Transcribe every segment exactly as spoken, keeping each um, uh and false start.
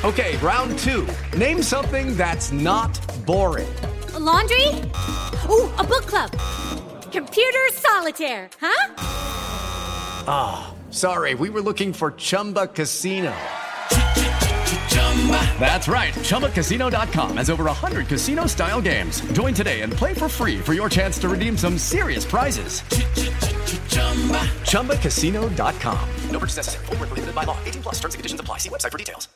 Okay, round two. Name something that's not boring. A laundry? Ooh, a book club. Computer solitaire, huh? Ah, oh, sorry, we were looking for Chumba Casino. That's right, Chumba Casino dot com has over one hundred casino-style games. Join today and play for free for your chance to redeem some serious prizes. Chumba Casino dot com. No purchase necessary. Void where prohibited by law. eighteen plus terms and conditions apply. See website for details.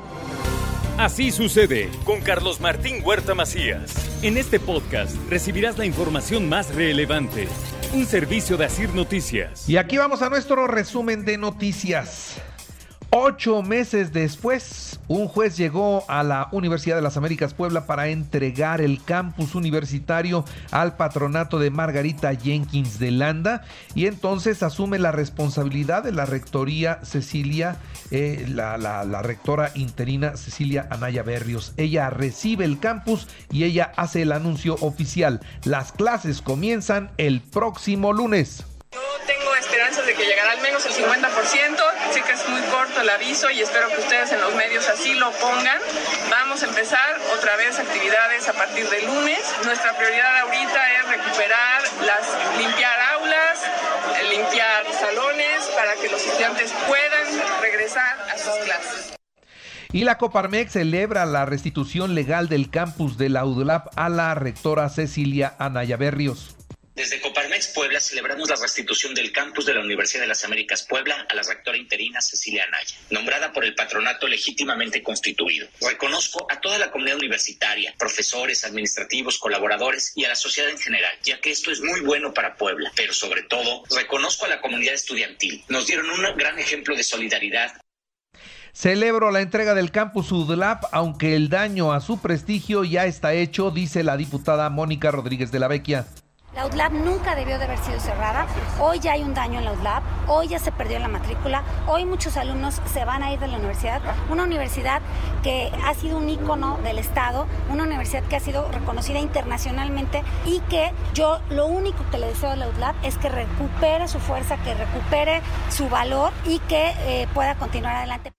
Así sucede con Carlos Martín Huerta Macías. En este podcast recibirás la información más relevante. Un servicio de Asir Noticias. Y aquí vamos a nuestro resumen de noticias. Ocho meses después, un juez llegó a la Universidad de las Américas Puebla para entregar el campus universitario al patronato de Margarita Jenkins de Landa, y entonces asume la responsabilidad de la rectoría Cecilia, eh, la, la, la rectora interina Cecilia Anaya Berrios. Ella recibe el campus y ella hace el anuncio oficial. Las clases comienzan el próximo lunes. Yo tengo esperanzas de que llegará al menos el cincuenta por ciento, sé que es muy corto el aviso y espero que ustedes en los medios así lo pongan. Vamos a empezar otra vez actividades a partir del lunes. Nuestra prioridad ahorita es recuperar, las, limpiar aulas, limpiar salones para que los estudiantes puedan regresar a sus clases. Y la Coparmex celebra la restitución legal del campus de la U D L A P a la rectora Cecilia Anaya Berrios. Desde Coparmex Puebla celebramos la restitución del campus de la Universidad de las Américas Puebla a la rectora interina Cecilia Anaya, nombrada por el patronato legítimamente constituido. Reconozco a toda la comunidad universitaria, profesores, administrativos, colaboradores y a la sociedad en general, ya que esto es muy bueno para Puebla, pero sobre todo reconozco a la comunidad estudiantil. Nos dieron un gran ejemplo de solidaridad. Celebro la entrega del campus U D L A P, aunque el daño a su prestigio ya está hecho, dice la diputada Mónica Rodríguez de la Vecchia. La U D L A P nunca debió de haber sido cerrada. Hoy ya hay un daño en la U D L A P, hoy ya se perdió la matrícula, hoy muchos alumnos se van a ir de la universidad, una universidad que ha sido un ícono del Estado, una universidad que ha sido reconocida internacionalmente y que yo lo único que le deseo a la U D L A P es que recupere su fuerza, que recupere su valor y que eh, pueda continuar adelante.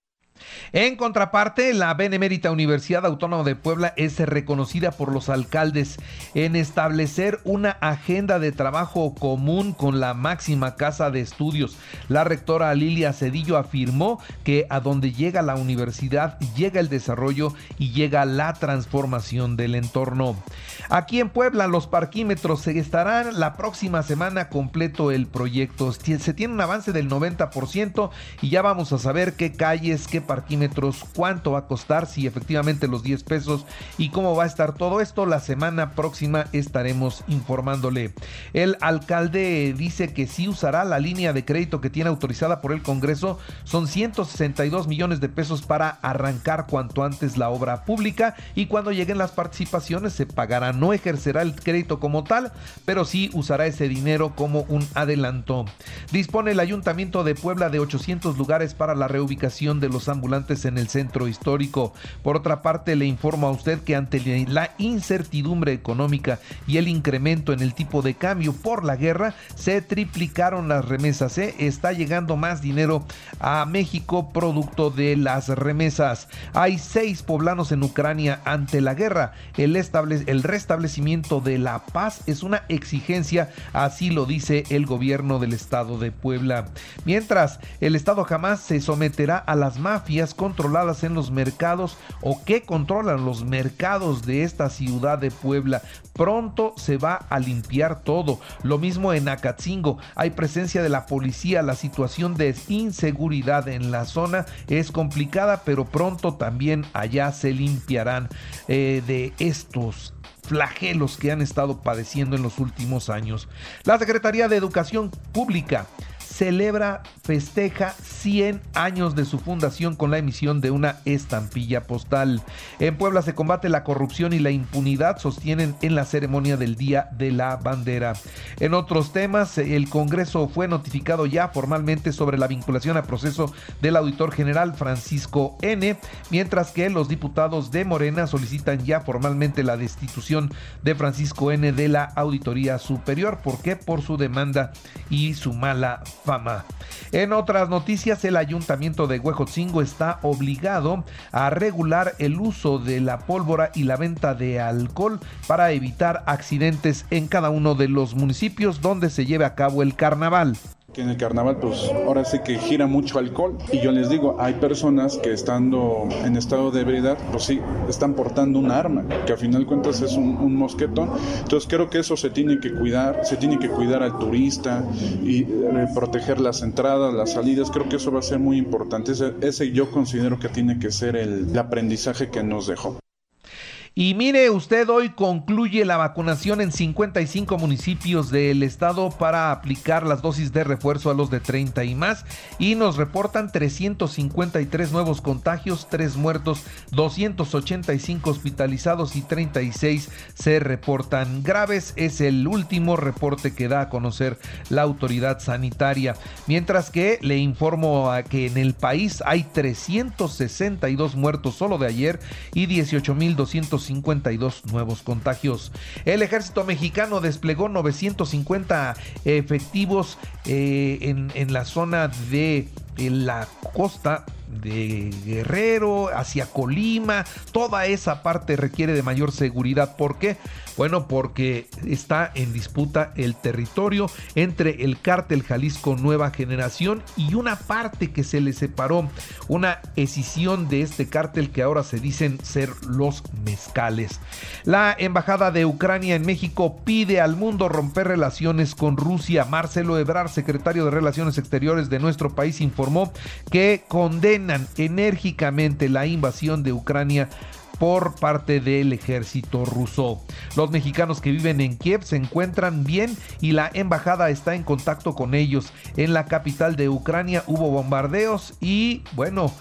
En contraparte, la Benemérita Universidad Autónoma de Puebla es reconocida por los alcaldes en establecer una agenda de trabajo común con la máxima casa de estudios. La rectora Lilia Cedillo afirmó que a donde llega la universidad, llega el desarrollo y llega la transformación del entorno. Aquí en Puebla, los parquímetros se estarán la próxima semana completo el proyecto. Se tiene un avance del noventa por ciento y ya vamos a saber qué calles, qué parquímetros, cuánto va a costar, si efectivamente los diez pesos y cómo va a estar todo esto. La semana próxima estaremos informándole. El alcalde dice que sí usará la línea de crédito que tiene autorizada por el Congreso. Son ciento sesenta y dos millones de pesos para arrancar cuanto antes la obra pública y cuando lleguen las participaciones se pagará. No ejercerá el crédito como tal, pero sí usará ese dinero como un adelanto. Dispone el Ayuntamiento de Puebla de ochocientos lugares para la reubicación de los ambulantes en el centro histórico. Por otra parte, le informo a usted que ante la incertidumbre económica y el incremento en el tipo de cambio por la guerra, se triplicaron las remesas. ¿eh? Está llegando más dinero a México producto de las remesas. Hay seis poblanos en Ucrania ante la guerra. El, estable, el restablecimiento de la paz es una exigencia, así lo dice el gobierno del estado de Puebla. Mientras, el estado jamás se someterá a las mafias controladas en los mercados o que controlan los mercados de esta ciudad de Puebla. Pronto se va a limpiar todo. Lo mismo en Acatzingo. Hay presencia de la policía. La situación de inseguridad en la zona es complicada, pero pronto también allá se limpiarán eh, de estos flagelos que han estado padeciendo en los últimos años. La Secretaría de Educación Pública celebra, festeja cien años de su fundación con la emisión de una estampilla postal. En Puebla se combate la corrupción y la impunidad, sostienen en la ceremonia del Día de la Bandera. En otros temas, el Congreso fue notificado ya formalmente sobre la vinculación a proceso del auditor general Francisco N., mientras que los diputados de Morena solicitan ya formalmente la destitución de Francisco N. de la Auditoría Superior. ¿Por qué? Por su demanda y su mala fama. En otras noticias, el ayuntamiento de Huejotzingo está obligado a regular el uso de la pólvora y la venta de alcohol para evitar accidentes en cada uno de los municipios donde se lleve a cabo el carnaval. Que en el carnaval pues ahora sí que gira mucho alcohol y yo les digo, hay personas que estando en estado de ebriedad pues sí, están portando un arma, que al final de cuentas es un, un mosquetón. Entonces creo que eso se tiene que cuidar, se tiene que cuidar al turista y eh, proteger las entradas, las salidas. Creo que eso va a ser muy importante. Ese, ese yo considero que tiene que ser el, el aprendizaje que nos dejó. Y mire usted, hoy concluye la vacunación en cincuenta y cinco municipios del estado para aplicar las dosis de refuerzo a los de treinta y más, y nos reportan trescientos cincuenta y tres nuevos contagios, tres muertos, doscientos ochenta y cinco hospitalizados y treinta y seis se reportan graves. Es el último reporte que da a conocer la autoridad sanitaria. Mientras que le informo a que en el país hay trescientos sesenta y dos muertos solo de ayer y dieciocho mil doscientos cincuenta y dos nuevos contagios. El ejército mexicano desplegó novecientos cincuenta efectivos eh, en, en la zona de en la costa de Guerrero hacia Colima. Toda esa parte requiere de mayor seguridad. ¿Por qué? Bueno, porque está en disputa el territorio entre el cártel Jalisco Nueva Generación y una parte que se le separó, una escisión de este cártel que ahora se dicen ser los mezcales. La embajada de Ucrania en México pide al mundo romper relaciones con Rusia. Marcelo Ebrard, secretario de Relaciones Exteriores de nuestro país, informó que condenan enérgicamente la invasión de Ucrania por parte del ejército ruso. Los mexicanos que viven en Kiev se encuentran bien y la embajada está en contacto con ellos. En la capital de Ucrania hubo bombardeos y, bueno,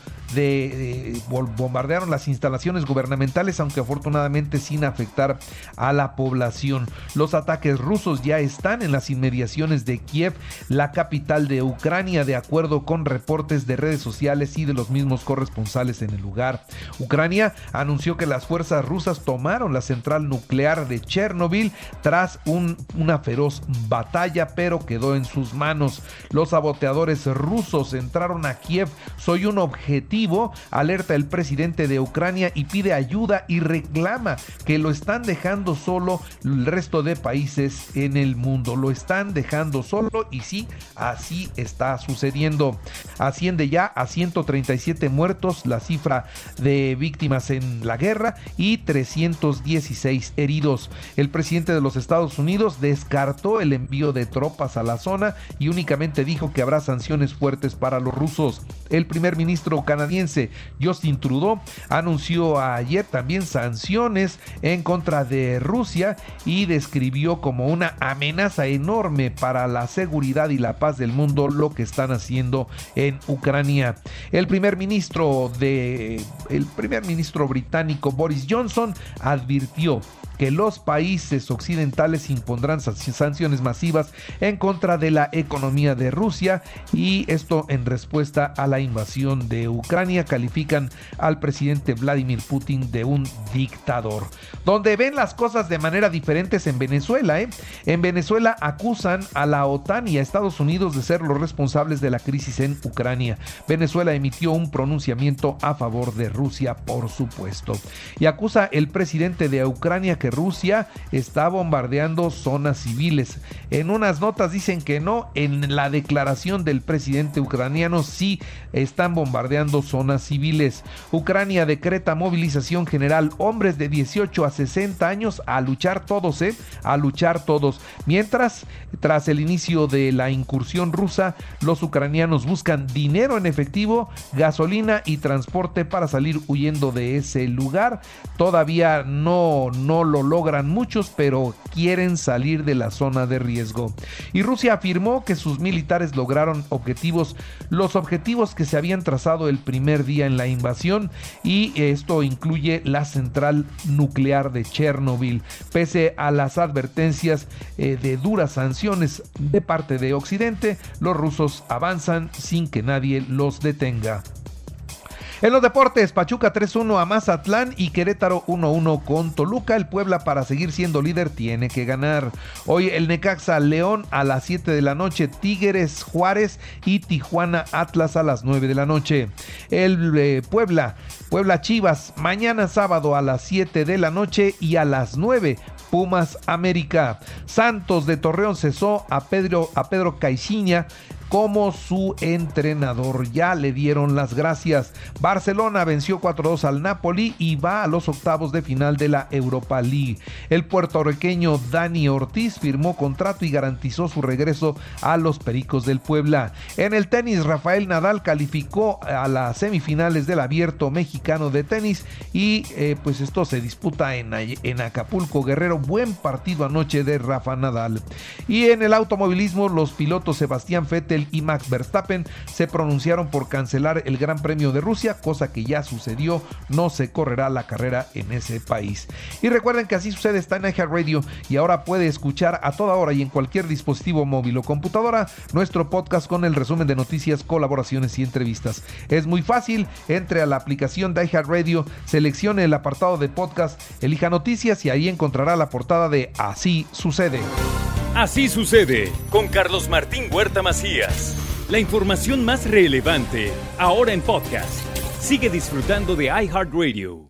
de, de bombardearon las instalaciones gubernamentales, aunque afortunadamente sin afectar a la población. Los ataques rusos ya están en las inmediaciones de Kiev, la capital de Ucrania, de acuerdo con reportes de redes sociales y de los mismos corresponsales en el lugar. Ucrania anunció que las fuerzas rusas tomaron la central nuclear de Chernobyl tras un, una feroz batalla, pero quedó en sus manos. Los saboteadores rusos entraron a Kiev. Soy un objetivo, alerta el presidente de Ucrania y pide ayuda y reclama que lo están dejando solo el resto de países en el mundo. Lo están dejando solo y sí, así está sucediendo. Asciende ya a ciento treinta y siete muertos la cifra de víctimas en la guerra y trescientos dieciséis heridos. El presidente de los Estados Unidos descartó el envío de tropas a la zona y únicamente dijo que habrá sanciones fuertes para los rusos. El primer ministro canadiense Justin Trudeau anunció ayer también sanciones en contra de Rusia y describió como una amenaza enorme para la seguridad y la paz del mundo lo que están haciendo en Ucrania. El primer ministro de el primer ministro británico Boris Johnson advirtió que los países occidentales impondrán sanciones masivas en contra de la economía de Rusia, y esto en respuesta a la invasión de Ucrania. Califican al presidente Vladimir Putin de un dictador. Donde ven las cosas de manera diferente es en Venezuela, ¿eh? En Venezuela acusan a la OTAN y a Estados Unidos de ser los responsables de la crisis en Ucrania. Venezuela emitió un pronunciamiento a favor de Rusia, por supuesto, y acusa el presidente de Ucrania que Rusia está bombardeando zonas civiles. En unas notas dicen que no, en la declaración del presidente ucraniano sí están bombardeando zonas civiles. Ucrania decreta movilización general, hombres de dieciocho a sesenta años a luchar todos, ¿eh? A luchar todos. Mientras, tras el inicio de la incursión rusa, los ucranianos buscan dinero en efectivo, gasolina y transporte para salir huyendo de ese lugar. Todavía no, no lo logran muchos, pero quieren salir de la zona de riesgo. Y Rusia afirmó que sus militares lograron objetivos, los objetivos que se habían trazado el primer día en la invasión, y esto incluye la central nuclear de Chernobyl. Pese a las advertencias eh, de duras sanciones de parte de Occidente, los rusos avanzan sin que nadie los detenga. En los deportes, Pachuca tres uno a Mazatlán y Querétaro uno uno con Toluca. El Puebla, para seguir siendo líder, tiene que ganar. Hoy el Necaxa León a las siete de la noche, Tigres Juárez y Tijuana Atlas a las nueve de la noche. El eh, Puebla, Puebla Chivas, mañana sábado a las siete de la noche y a las nueve. Pumas América. Santos de Torreón cesó a Pedro, a Pedro Caixinha como su entrenador. Ya le dieron las gracias. Barcelona venció cuatro dos al Napoli y va a los octavos de final de la Europa League. El puertorriqueño Dani Ortiz firmó contrato y garantizó su regreso a los Pericos del Puebla. En el tenis, Rafael Nadal calificó a las semifinales del Abierto Mexicano de tenis y eh, pues esto se disputa en, en Acapulco, Guerrero. Buen partido anoche de Rafa Nadal. Y en el automovilismo, los pilotos Sebastián Vettel y Max Verstappen se pronunciaron por cancelar el Gran Premio de Rusia, cosa que ya sucedió. No se correrá la carrera en ese país. Y recuerden que Así Sucede está en iHeartRadio y ahora puede escuchar a toda hora y en cualquier dispositivo móvil o computadora nuestro podcast con el resumen de noticias, colaboraciones y entrevistas. Es muy fácil, entre a la aplicación de iHeartRadio, seleccione el apartado de podcast, elija noticias y ahí encontrará la portada de Así Sucede. Así Sucede con Carlos Martín Huerta Macías. La información más relevante ahora en podcast. Sigue disfrutando de iHeartRadio.